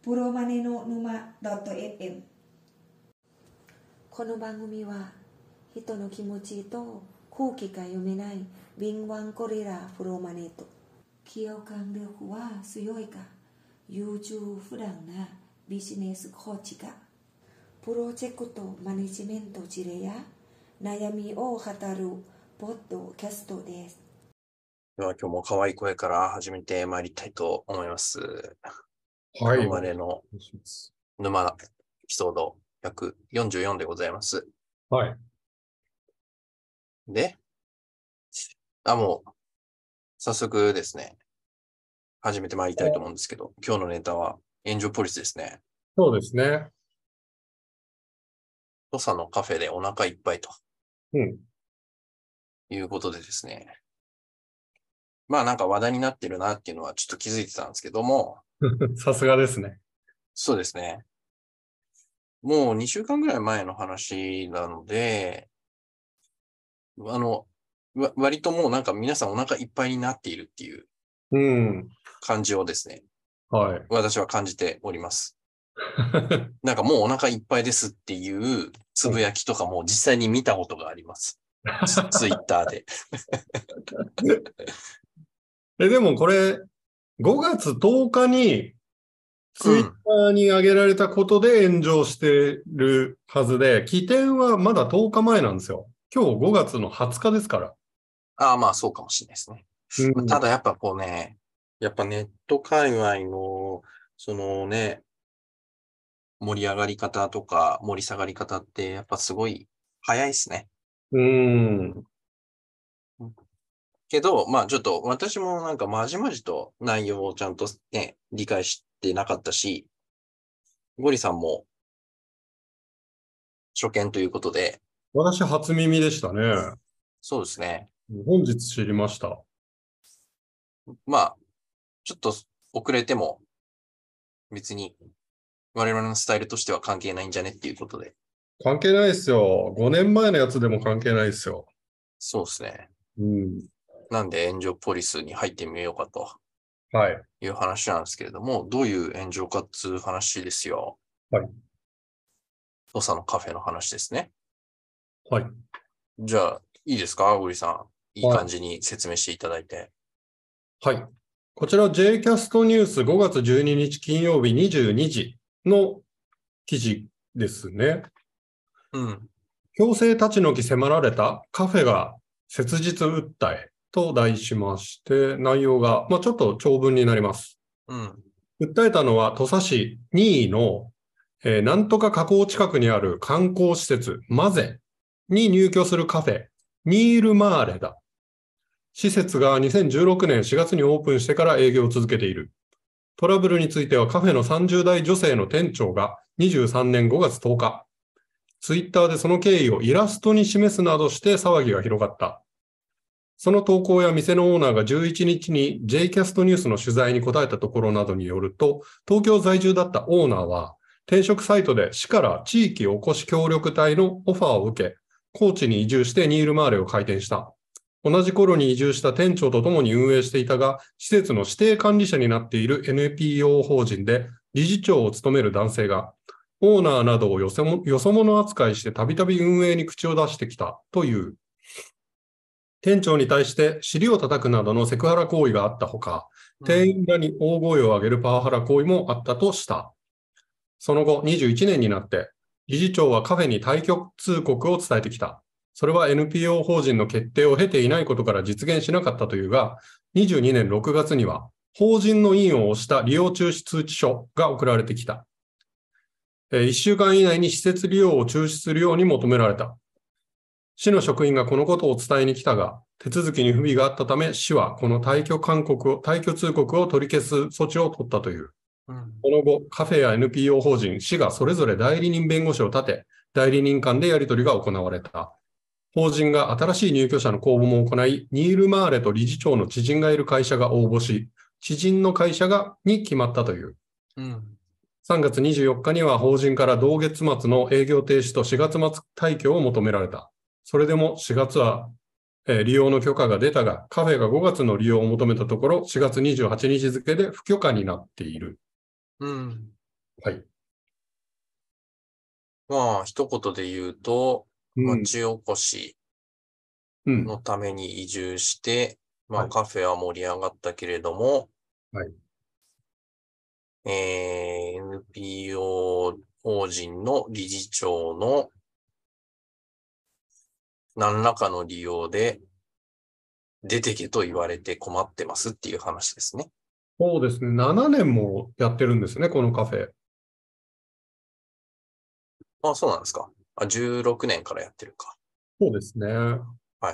プロマネの沼 .fm。 この番組は人の気持ちと空気が読めない敏腕ゴリラプロマネと共感力は強いか優柔不断なビジネスコーチがプロジェクトマネジメント事例や悩みを語るポッドキャストです。 では今日も可愛い声から始めてまいりたいと思います。 はい。 プロマネの沼エピソード144でございます。 はい。 で、もう早速ですね、始めてまいりたいと思うんですけど、今日のネタは炎上ポリスですね。 そうですね。 土佐のカフェでお腹いっぱいとうん。 いうことでですね。まあなんか話題になってるなっていうのはちょっと気づいてたんですけども、 さすがですね。 そうですね。もう2週間ぐらい前の話なので、割ともうなんか皆さんお腹いっぱいになっているっていううん。 感じをですね、 はい。 私は感じております。なんかもうお腹いっぱいですっていうつぶやきとかも実際に見たことがあります。ツイッターで。 でもこれ、5月10日にツイッターに上げられたことで炎上してるはずで、起点はまだ10日前なんですよ。今日5月の20日ですから。 まあそうかもしれないですね。 うん、 ただやっぱこうね、やっぱネット界隈の、そのね、盛り上がり方とか盛り下がり方ってやっぱすごい早いですね。けど、まあちょっと私もなんかまじまじと内容をちゃんとね、理解してなかったし、ゴリさんも初見ということで。 私初耳でしたね。 そうですね。 本日知りました。 まあ、ちょっと遅れても別に我々のスタイルとしては関係ないんじゃねっていうことで。 関係ないですよ。5年前のやつでも関係ないですよ。 そうですね。 うん。 なんで炎上ポリスに入ってみようかと。 はい。 いう話なんですけれども、どういう炎上かっつう話ですよ。 はい。 土佐のカフェの話ですね。 はい。 じゃあ、いいですか、ゴリさん。いい感じに説明していただいて。 はい。こちら J キャストニュース5月12日金曜日22時の記事ですね。 うん。 強制立ち退き迫られたカフェが切実訴えと題しまして、内容が、ちょっと長文になります。 うん。 訴えたのは土佐市任意の、なんとか河口近くにある観光施設マゼに入居するカフェニールマーレだ。施設が2016年4月にオープンしてから営業を続けている。トラブルについてはカフェの30代女性の店長が23年5月10日、ツイッターでその経緯をイラストに示すなどして騒ぎが広がった。その投稿や店のオーナーが11日に J キャストニュースの取材に答えたところなどによると、東京在住だったオーナーは、転職サイトで市から地域おこし協力隊のオファーを受け、高知に移住してニールマーレを開店した。同じ頃に移住した店長と共に運営していたが、施設の指定管理者になっている NPO 法人で理事長を務める男性が、オーナーなどをよそ者扱いしてたびたび運営に口を出してきたという。店長に対して尻を叩くなどのセクハラ行為があったほか、店員らに大声を上げるパワハラ行為もあったとした。その後、21年になって、理事長はカフェに退去通告を伝えてきた。それは NPO 法人の決定を経ていないことから実現しなかったというが、22年6月には、法人の印を押した利用中止通知書が送られてきた。1週間以内に施設利用を中止するように求められた。市の職員がこのことを伝えに来たが、手続きに不備があったため、市はこの退去通告を取り消す措置を取ったという。その後、カフェや NPO 法人、市がそれぞれ代理人弁護士を立て、代理人間でやり取りが行われた。法人が新しい入居者の公募も行い、ニール・マーレと理事長の知人がいる会社が応募し、知人の会社に決まったという。3月24日には法人から同月末の営業停止と4月末退去を求められた。それでも4月は、利用の許可が出たが、カフェが5月の利用を求めたところ、4月28日付で不許可になっている。 はい。 まあ、一言で言うと、 うん。 町おこしうん。 のために移住して、まあ、 はい。 カフェは盛り上がったけれども、 はい。 NPO 法人の理事長の何らかの理由で出てけと言われて困ってますっていう話ですね。 そうですね。7年もやってるんですね、このカフェ。 あ、そうなんですか。あ、16年からやってるか。 そうですね。 はい。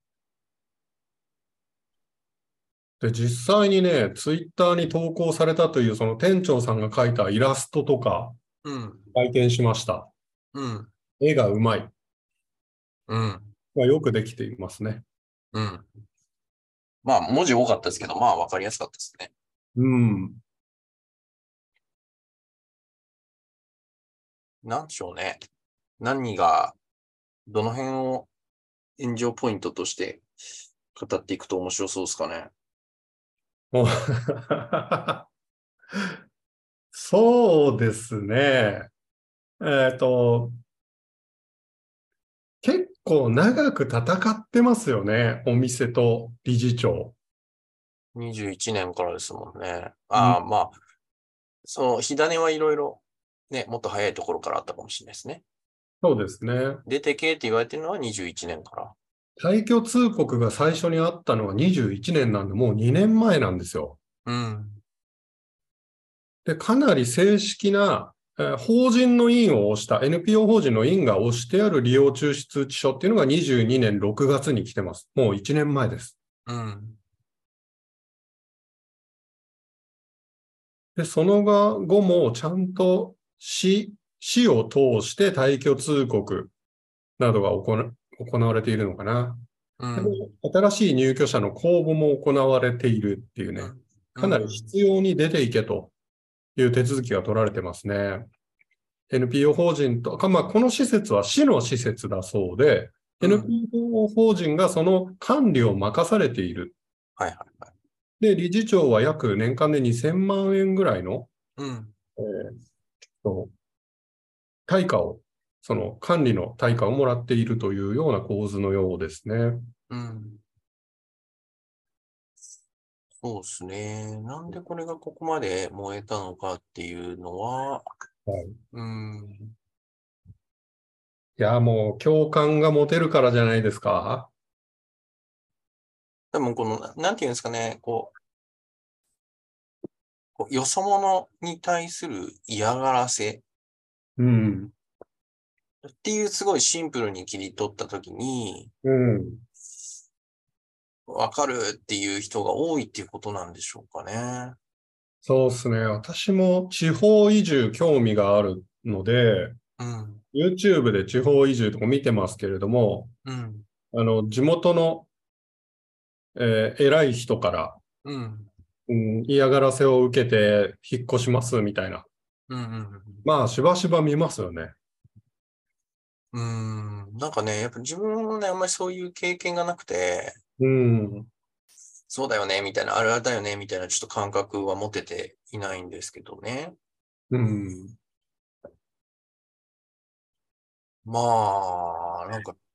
で、実際にね、ツイッターに投稿されたという、その店長さんが描いたイラストとかうん。 体験しました。 うん。 絵がうまい。 うん。 よくできていますね。 うん。まあ、文字多かったですけど、まあ、わかりやすかったですね。 うん。 なんでしょうね。何が、どの辺を炎上ポイントとして語っていくと面白そうですかね。 おそうですね。えっと、結構長く戦ってますよね。お店と理事長。 21年からですもんね。 うん、 ああ、まあ、その火種はいろいろね、もっと早いところからあったかもしれないですね。 そうですね。 出てけって言われてるのは21年から。 退去通告が最初にあったのは21年なんで、もう2年前なんですよ。 うん。 で、かなり正式な、法人の印を押した、NPO 法人の印が押してある利用中止通知書っていうのが22年6月に来てます。もう1年前です。 うん。 で、その後もちゃんと市を通して退去通告などが行われているのかな。でうん。 新しい入居者の公募も行われているっていうね、 うん。うかなりん。 必要に出ていけという手続きが取られてますね。NPO 法人とか、まあ、この施設は市の施設だそうで、 うん。 NPO 法人がその管理を任されている。 はいはいはい。 で、理事長は約年間で2000万円ぐらいの、 うん。 えーと対価を、その管理の対価をもらっているというような構図のようですね。 うん。そうですね。なんでこれがここまで燃えたのかっていうのは、 はい、 うん。 いや、もう共感が持てるからじゃないですか。 でもこの、なんていうんですかね、よそ者に対する嫌がらせうん。 っていうすごいシンプルに切り取ったときに、 うん。 わかるっていう人が多いっていうことなんでしょうかね。 そうですね。私も地方移住興味があるので、 うん。 YouTube で地方移住とか見てますけれども、 うん。 地元の、偉い人から、 うん。 うん、嫌がらせを受けて引っ越しますみたいな。 うん。 まあ、しばしば見ますよね。 うん。なんかね、やっぱ自分もね、あんまりそういう経験がなくて、 うん。 そうだよね、みたいな、あるあるだよね、みたいなちょっと感覚は持てていないんですけどね。 うん。 まあ、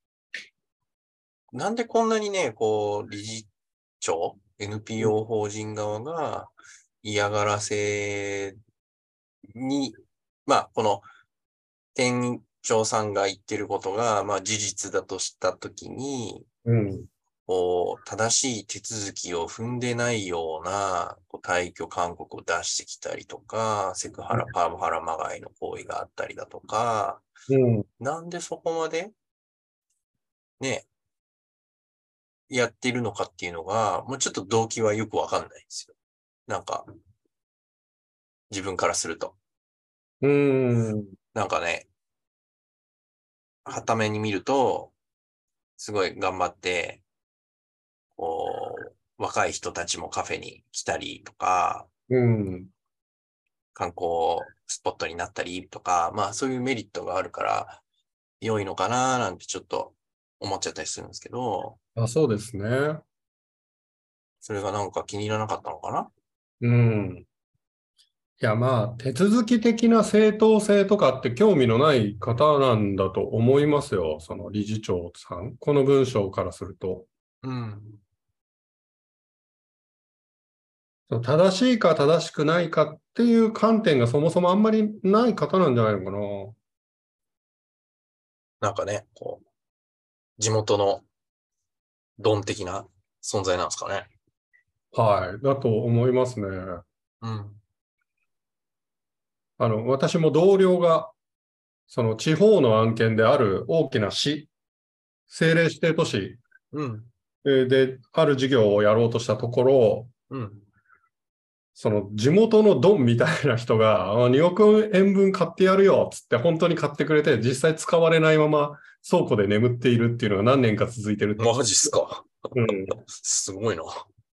なんでこんなにね、理事長、NPO 法人側が嫌がらせに、まあ、この店長さんが言ってることが、まあ、事実だとしたときに、 うん。 正しい手続きを踏んでないような、退去勧告を出してきたりとか、セクハラ、パワハラまがいの行為があったりだとか、 うん。 なんでそこまでね、やってるのかっていうのが、もうちょっと動機はよくわかんないんですよ。なんか、自分からすると。 うん。 なんかね、はために見ると、すごい頑張って、若い人たちもカフェに来たりとか、 うん。 観光スポットになったりとか、まあそういうメリットがあるから良いのかななんてちょっと思っちゃったりするんですけど、 あ、そうですね。 それがなんか気に入らなかったのかな。 うん。 や、まあ、手続き的な正当性とかって興味のない方なんだと思いますよ。その理事長さん。この文章からすると。 うん。 その正しいか正しくないかっていう観点がそもそもあんまりない方なんじゃないのかな。 なんかね、こう、地元のドン的な存在なんですかね。 はい。だと思いますね。 うん。 私も同僚が、その地方の案件である大きな市、政令指定都市うん。 である事業をやろうとしたところ、 うん。 その地元のドンみたいな人が2億円分買ってやるよっつって本当に買ってくれて実際使われないまま倉庫で眠っているっていうのが何年か続いてる。 マジっすか。 うん。 すごいな。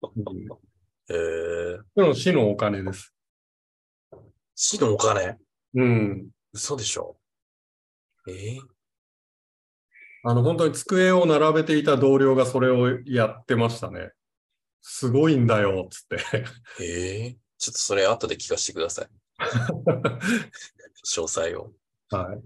でも市のお金です。 市のお金うん。 嘘でしょ。 本当に机を並べていた同僚がそれをやってましたね。すごいんだよ、つって。 ちょっとそれ後で聞かせてください。詳細を。 はい。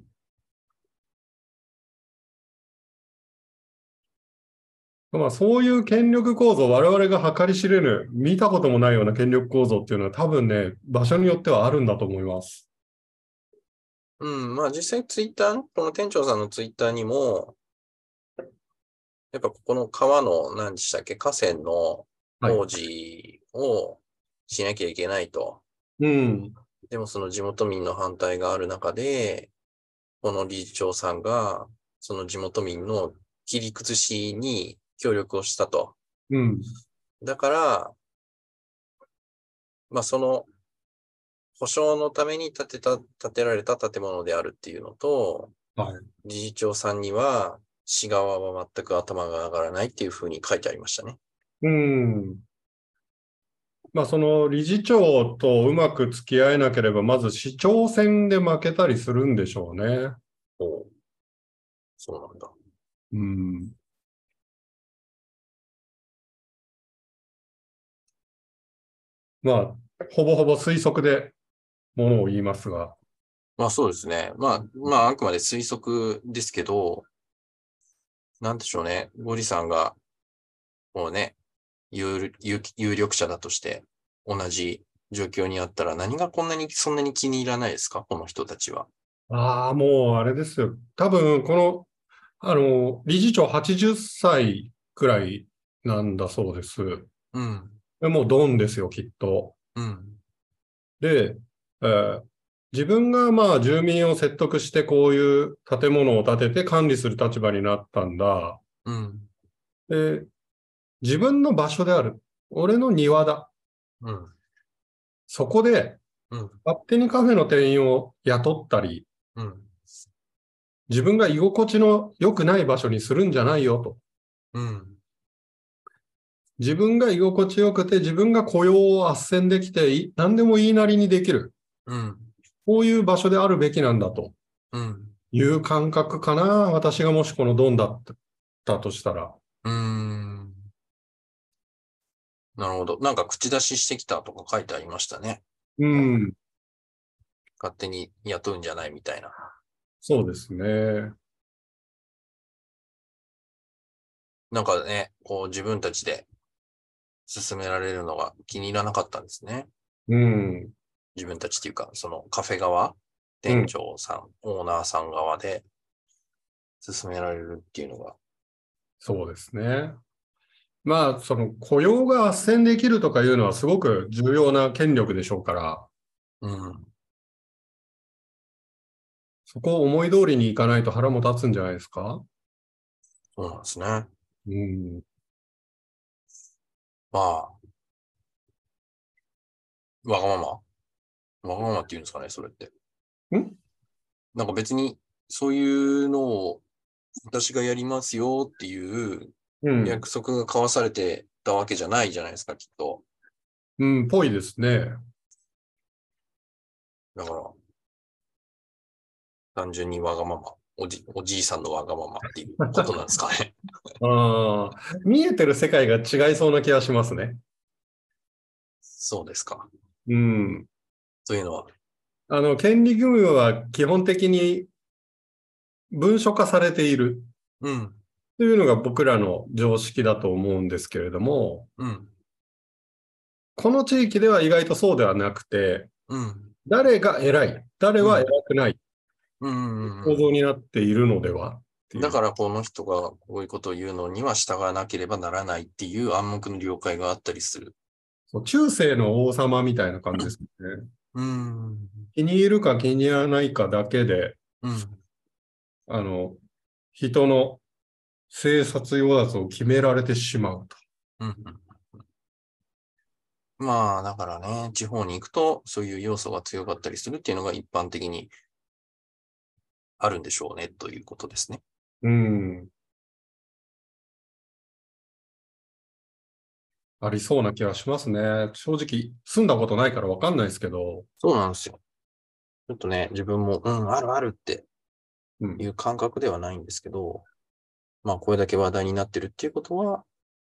まあ、そういう権力構造、我々が計り知れぬ、見たこともないような権力構造っていうのは多分ね、場所によってはあるんだと思います。 うん、まあ実際ツイッター、この店長さんのツイッターにも、やっぱここの川の何でしたっけ、河川のはい。 工事をしなきゃいけないと。 うん。 でもその地元民の反対がある中で、この理事長さんが、その地元民の切り崩しに協力をしたと。 うん。 だから、まあその保証のために建てられた建物であるっていうのと、 はい。 理事長さんには市側は全く頭が上がらないっていうふうに書いてありましたね。 うん。まあ、その理事長とうまく付き合えなければ、まず市長選で負けたりするんでしょうね。 おう、そうなんだ。 うん。まあ、ほぼほぼ推測でものを言いますが。 まあそうですね。まああくまで推測ですけど、なんでしょうね。ゴリさんが、もうね、有力者だとして同じ状況にあったら何がそんなに気に入らないですかこの人たちは。 ああ、もうあれですよ。多分、理事長80歳くらいなんだそうです。 うん。 でもうドンですよ、きっと。 うん。 で、自分がまあ住民を説得してこういう建物を建てて管理する立場になったんだ。 うん。 で、自分の場所である。俺の庭だ。 うん。 そこでうん。 勝手にカフェの店員を雇ったり、 うん。 自分が居心地の良くない場所にするんじゃないよと。 うん。 自分が居心地よくて自分が雇用を斡旋できて何でも言いなりにできる。 うん。 こういう場所であるべきなんだとうん。 いう感覚かな。私がもしこのドンだったとしたら。 うーん。なるほど。なんか口出ししてきたとか書いてありましたね。 うん。 勝手に雇うんじゃないみたいな。 そうですね。 なんかね、こう自分たちで進められるのが気に入らなかったんですね。 うん。 自分たちっていうか、そのカフェ側、 うん店長さん、オーナーさん側で進められるっていうのが。 そうですね。まあ、その雇用が斡旋できるとかいうのはすごく重要な権力でしょうから、 うん。 そこを思い通りにいかないと腹も立つんじゃないですか。 そうなんですね。 うん。 まあ、わがまま。わがままって言うんですかね、それって。なんか別に、そういうのを私がやりますよっていううん。 約束が交わされてたわけじゃないじゃないですか、きっと。 うん、ぽいですね。 だから、単純にわがまま。おじいさんのわがままっていうことなんですかね。 ああ、見えてる世界が違いそうな気がしますね。 そうですか。 うん。 というのは。 権利義務は基本的に文書化されているうん。 というのが僕らの常識だと思うんですけれども、 うん。 この地域では意外とそうではなくて、 うん。 誰が偉い、誰は偉くない構造になっているのではっていう。 だからこの人がこういうことを言うのには従わなければならないっていう暗黙の了解があったりする。 そう中世の王様みたいな感じですね。気に入るか気に入らないかだけで、 うん。 人の生殺与奪を決められてしまうと。 うん。まあ、だからね、地方に行くとそういう要素が強かったりするっていうのが一般的にあるんでしょうね、ということですね。 うん。ありそうな気がしますね。正直、住んだことないからわかんないですけど。 そうなんですよ。ちょっとね、自分も、あるあるってうんいう感覚ではないんですけど、まあ、これだけ話題になってるっていうことは、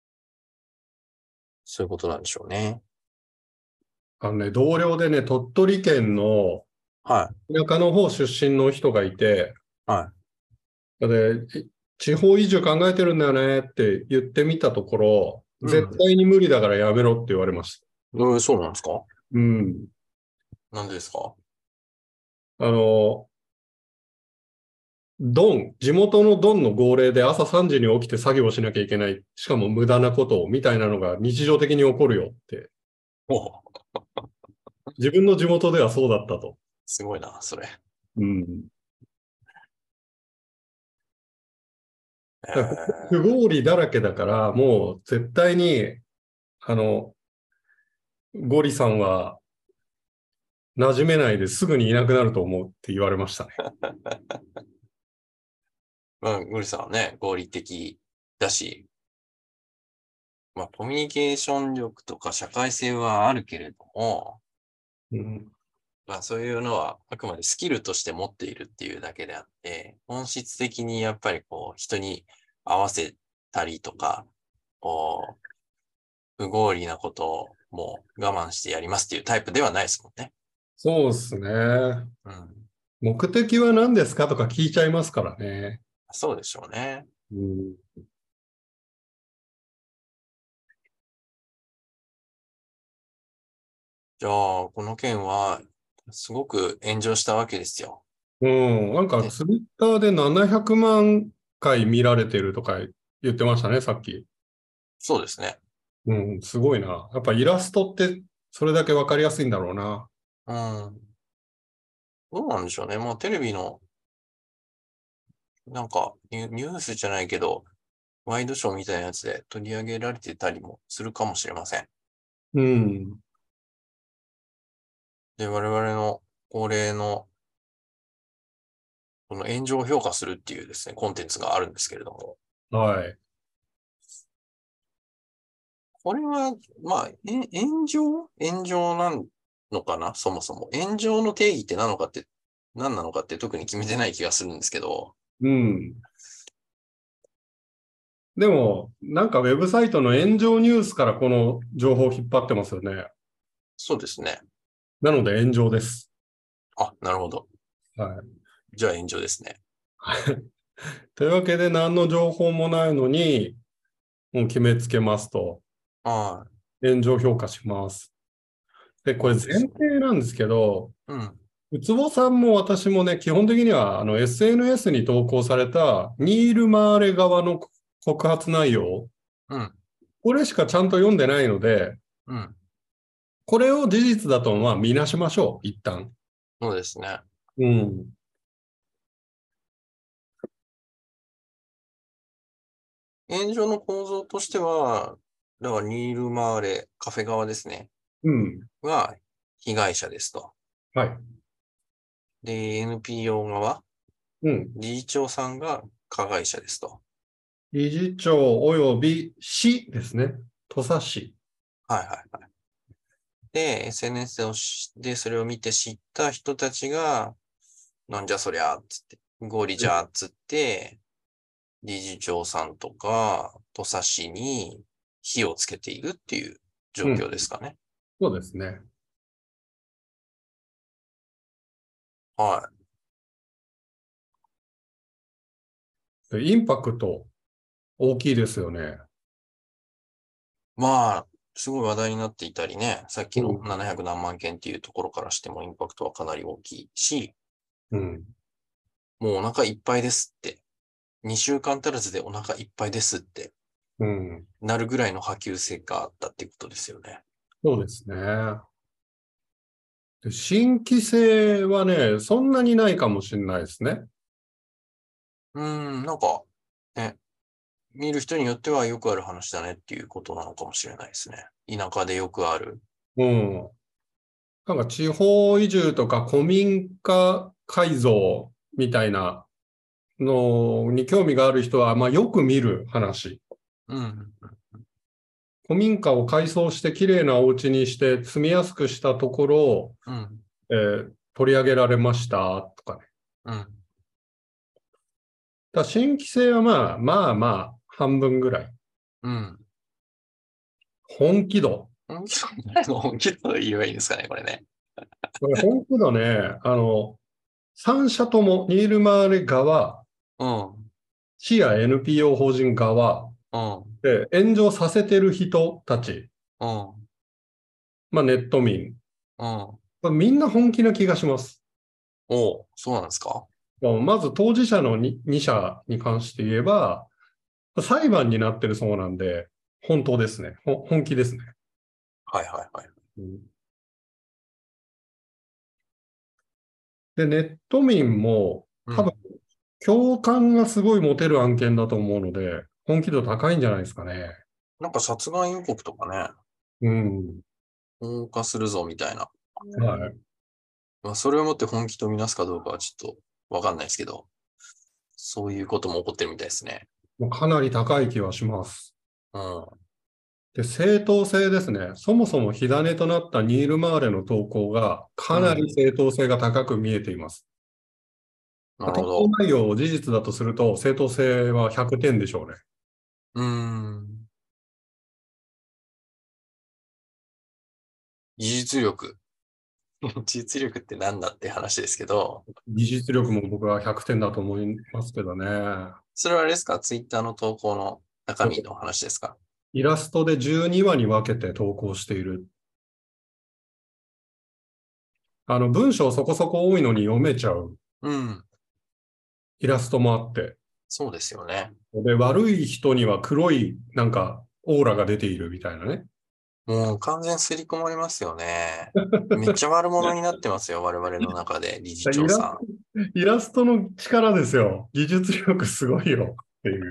そういうことなんでしょうね。 同僚でね、鳥取県のは田舎の方出身の人がいて、 い。はで、地方移住考えてるんだよねって言ってみたところ、 うん絶対に無理だからやめろって言われました。 そうなんですか？ うん。 なんでですか？ あの、地元のドンの号令で朝3時に起きて作業しなきゃいけない。しかも無駄なことを、みたいなのが日常的に起こるよって。 お自分の地元ではそうだったと。 すごいな、それ。 うん。 えだから不合理だらけだから、もう絶対に、ゴリさんは馴染めないですぐにいなくなると思うって言われましたね。 まあ、グリさんはね、合理的だし、まあ、コミュニケーション力とか社会性はあるけれども、 うん、 まあ、そういうのはあくまでスキルとして持っているっていうだけであって、本質的にやっぱりこう、人に合わせたりとか、こう、不合理なことをもう我慢してやりますっていうタイプではないですもんね。 そうですね。 うん。 目的は何ですかとか聞いちゃいますからね。 そうでしょうね。 うん、 じゃあ、この件は、すごく炎上したわけですよ。 なんかで、 ツイッターで700万回見られてるとか言ってましたね、さっき。 そうですね。 うん、すごいな。やっぱイラストってそれだけわかりやすいんだろうな。 うん。どうなんでしょうね。まあ、テレビの、なんかニュースじゃないけど、ワイドショーみたいなやつで取り上げられてたりもするかもしれません。 うん。 で、我々の恒例の、この炎上を評価するっていうですね、コンテンツがあるんですけれども、 はい。 これは、まあ、炎上なのかなそもそも。炎上の定義って何なのかって特に決めてない気がするんですけど、 うん。でも、なんかウェブサイトの炎上ニュースからこの情報を引っ張ってますよね。 そうですね。 なので炎上です。 あ、なるほど。 はい。 じゃあ炎上ですね。 というわけで何の情報もないのに、もう決めつけますと、 はい。 炎上評価します。で、これ前そうですね。 提なんですけど、 うん。 ウツボさんも私もね、基本的にはSNS に投稿されたニール・マーレ側の告発内容、 うん。 これしかちゃんと読んでないので、 うん。 これを事実だとまあ見なしましょう、一旦。 そうですね。 うん。 炎上の構造としては、だからニール・マーレ、カフェ側ですね。 うん。 が被害者ですと。 はい。 で、NPO 側、 うん。 理事長さんが加害者ですと。 理事長及び市ですね。土佐市。 はいはいはい。で、SNS でそれを見て知った人たちが、なんじゃそりゃ、つって、合理じゃ、つって、理事長さんとか、土佐市に火をつけているっていう状うん。 況ですかね。 そうですね。 はでインパクト大きいですよね。 い。まあ、すごい話題になっていたりね、さっきのうん。 700何万件っていうところからしてもインパクトはかなり大きいし、 うん。 もうお腹いっぱいですって、2週間足らずでお腹いっぱいですってうん。 なるぐらいの波及性があったってことですよね。 そうですね。で新規性はね、そんなにないかもしれないですね。 なんか、ね、見る人によってはよくある話だねっていうことなのかもしれないですね。田舎でよくある。 うん。なんか地方移住とか古民家改造みたいなのに興味がある人は、まあよく見る話。 うん。 古民家を改装してきれいなお家にして住みやすくしたところ、 うん。 取り上げられましたとかね。 うん。 だから新規性はまあ半分ぐらい。 うん。 本気度。 本気と言えばいいんですかね、これね。 これ本気度ね、3社とも、ニール・マーレ側、 うん。 市や NPO 法人側、 うん。 で、炎上させてる人たち、 うん。 まあネット民、 うん。 まあみんな本気な気がします。 そうなんですか？ まず当事者の2社に関して言えば、裁判になってるそうなんで、本当ですね。本気ですね。 はいはいはい。 うん。で、ネット民も多分うん。 共感がすごい持てる案件だと思うので、本気度高いんじゃないですかね。 なんか殺害予告とかね、 うん。 放火するぞみたいな。 はい。 まあ、それをもって本気とみなすかどうかはちょっとわかんないですけど、そういうことも起こってるみたいですね。 もうかなり高い気はします。 うん。 で、正当性ですね。そもそも火種となったニール・マーレの投稿がかなりうん。 正当性が高く見えています。投稿なるほど。 内容を事実だとすると正当性は100点でしょうね。 うーん。技術力。技術力ってなんだって話ですけど、 技術力も僕は100点だと思いますけどね。 それはあれですか？ツイッターの投稿の中身の話ですか？ イラストで12話に分けて投稿している。文章そこそこ多いのに読めちゃううん。 イラストもあって。 そうですよね。 で、悪い人には黒いなんかオーラが出ているみたいなね。 もう完全刷り込まれますよね。めっちゃ悪者になってますよ。我々の中で、理事長さイラストの力ですよ。技術力すごいよっていう。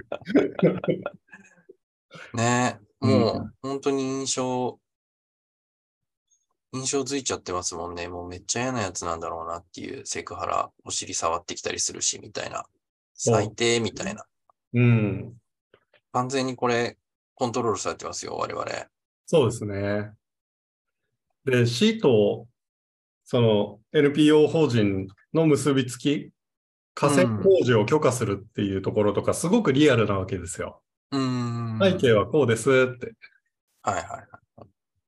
ん。ね。 うん。 もう本当に印象づいちゃってますもんね。もうめっちゃ嫌なやつなんだろうなっていうセクハラ、お尻触ってきたりするし、みたいな。最そ低みたいな。 う。うん。 完全にこれ、コントロールされてますよ、我々。 そうですね。で、市とその NPO 法人の結びつき、河川うん。 工事を許可するっていうところとか、すごくリアルなわけですよ。 うー背景ん。 はこうですって。 はいはいはい。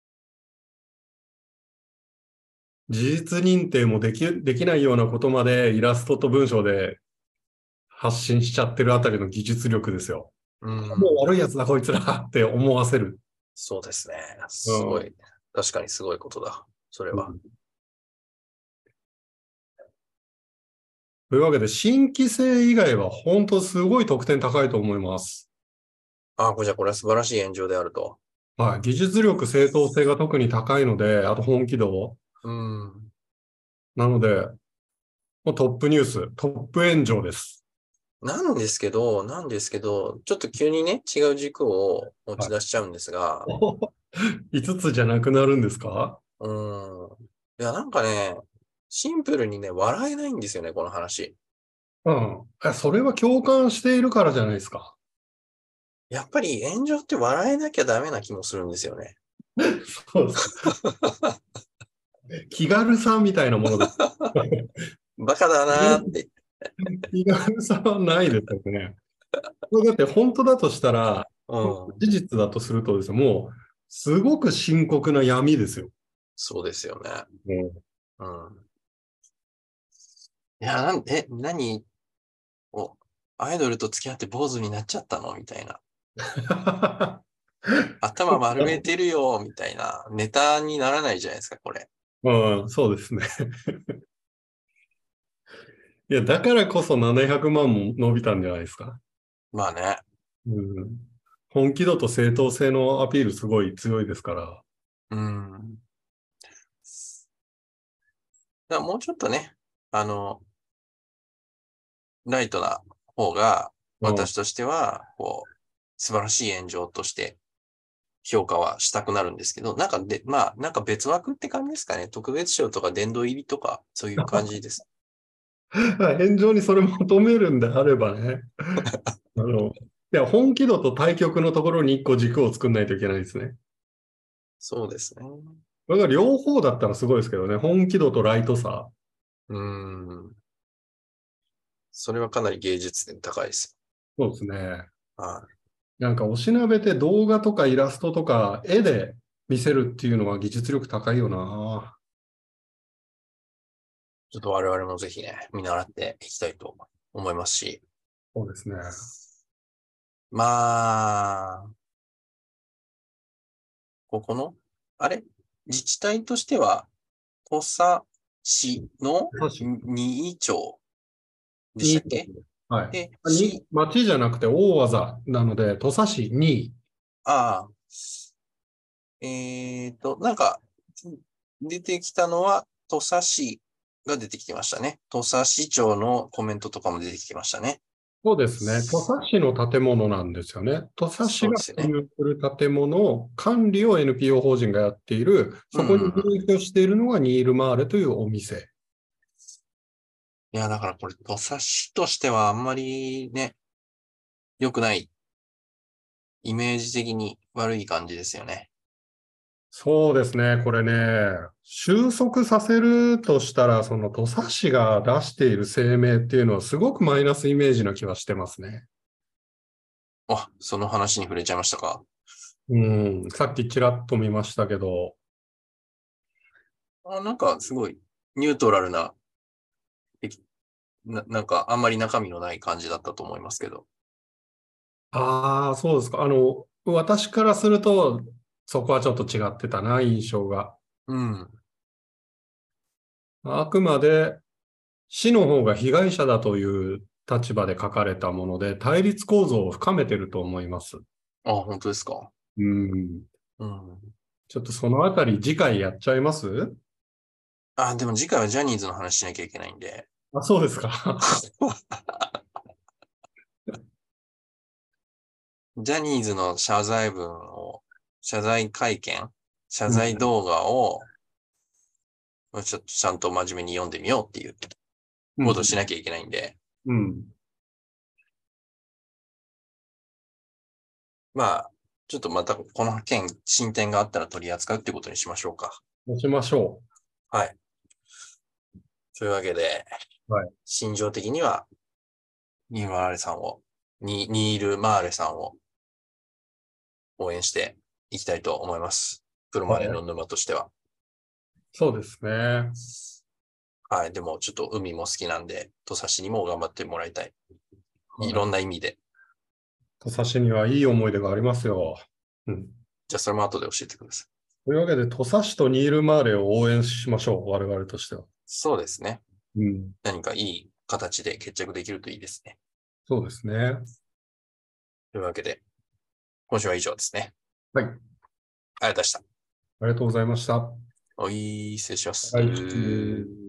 事実認定もできないようなことまでイラストと文章で発信しちゃってるあたりの技術力ですよ。 うん。 もう悪いやつだこいつらって思わせる。 そうですね。 うん。 すごい。確かにすごいことだ。それは。 というわけで、新規性以外は本当すごい得点高いと思います。 じゃあこれは素晴らしい炎上であると。 はい。技術力、正当性が特に高いので、あと本気度。 うん。 なので、もうトップニュース、トップ炎上です。 なんですけど、ちょっと急にね、違う軸を持はい。 ち出しちゃうんですが、 5つじゃなくなるんですか？ うん。いや、なんかね、シンプルにね、笑えないんですよね、この話。 うん。それは共感しているからじゃないですか。 やっぱり炎上って笑えなきゃダメな気もするんですよね。 そうですか。気軽さみたいなものです。 バカだなーって。 気軽さはないですよね。これだって本当だとしたら、 うん。 事実だとするとですね、もう、すごく深刻な闇ですよ。 そうですよね。 うん。 うん。 いや、何を、アイドルと付き合って坊主になっちゃったのみたいな。頭丸めてるよ、みたいな。ネタにならないじゃないですか、これ。 うん、そうですね。いや、だからこそ700万も伸びたんじゃないですか。 まあね。 うん、本気度と正当性のアピールすごい強いですから。 うん。だからもうちょっとね、あの、ライトな方が、 うん、 私としては、素晴らしい炎上として評価はしたくなるんですけど、なんか別枠って感じですかね。特別賞とか殿堂入りとか、そういう感じです。 炎上にそれ求めるんであればね。いや、本気度と対極のところに一個軸を作んないといけないですね。 そうですね。 だから両方だったらすごいですけどね。本気度とライトさ。 うん。それはかなり芸術点高いですそうですね。 よ。はい。 なんか、おしなべて動画とかイラストとか絵で見せるっていうのは技術力高いよな。 ちょっと我々もぜひね、見習っていきたいと思いますし。 そうですね。 まあ、ここの、あれ自治体としては、土佐市の確か二井町でしに、 たっけ？ はい。 で、 町じゃなくて大技なので、土佐市に、 ああ、なんか、出てきたのは、土佐市が出てきてましたね。土佐市長のコメントとかも出てきてましたね。 そうですね。土佐市の建物なんですよね。土佐市が所そうですよね。 有する建物を管理を NPO 法人がやっている、 うそこにん。 入居しているのがニールマーレというお店。 いや、だからこれ、土佐市としてはあんまりね、良くない、イメージ的に悪い感じですよね。 そうですね。これね、収束させるとしたら、その土佐市が出している声明っていうのはすごくマイナスイメージな気はしてますね。 あ、その話に触れちゃいましたか。 うん、さっきちらっと見ましたけど、 なんかすごいニュートラルな、なんかあんまり中身のない感じだったと思いますけど。 ああ、そうですか。私からすると、そこはちょっと違ってたな、印象が。 うん。 あくまで市の方が被害者だという立場で書かれたもので、対立構造を深めてると思います。 あ、本当ですか。 うん。 うん。 ちょっとそのあたり次回やっちゃいます？ あ、でも次回はジャニーズの話しなきゃいけないんで。 あ、そうですか。 ジャニーズの謝罪会見、謝うん。 罪動画を、ちゃんと真面目に読んでみようっていうことをしなきゃいけないんで、 うん。 まあ、ちょっとまたこの件、進展があったら取り扱うってことにしましょうか。 持ちましょはい。というわけで、 う。はい。 心情的には、ニール・マーレさんを応援していきたいと思います。プロマネの沼としては。 そうですね。 はい。でも、ちょっと海も好きなんで、土佐市にも頑張ってもらいたい。いろはい。 んな意味で。 土佐市にはいい思い出がありますよ。うん。 じゃあ、それも後で教えてください。 というわけで、土佐市とニール・マーレを応援しましょう。我々としては。 そうですね。 うん。 何かいい形で決着できるといいですね。 そうですね。 というわけで、今週は以上ですね。 はい。 ありがとうございました。 ありがとうございました。 おい、失礼します。 はい。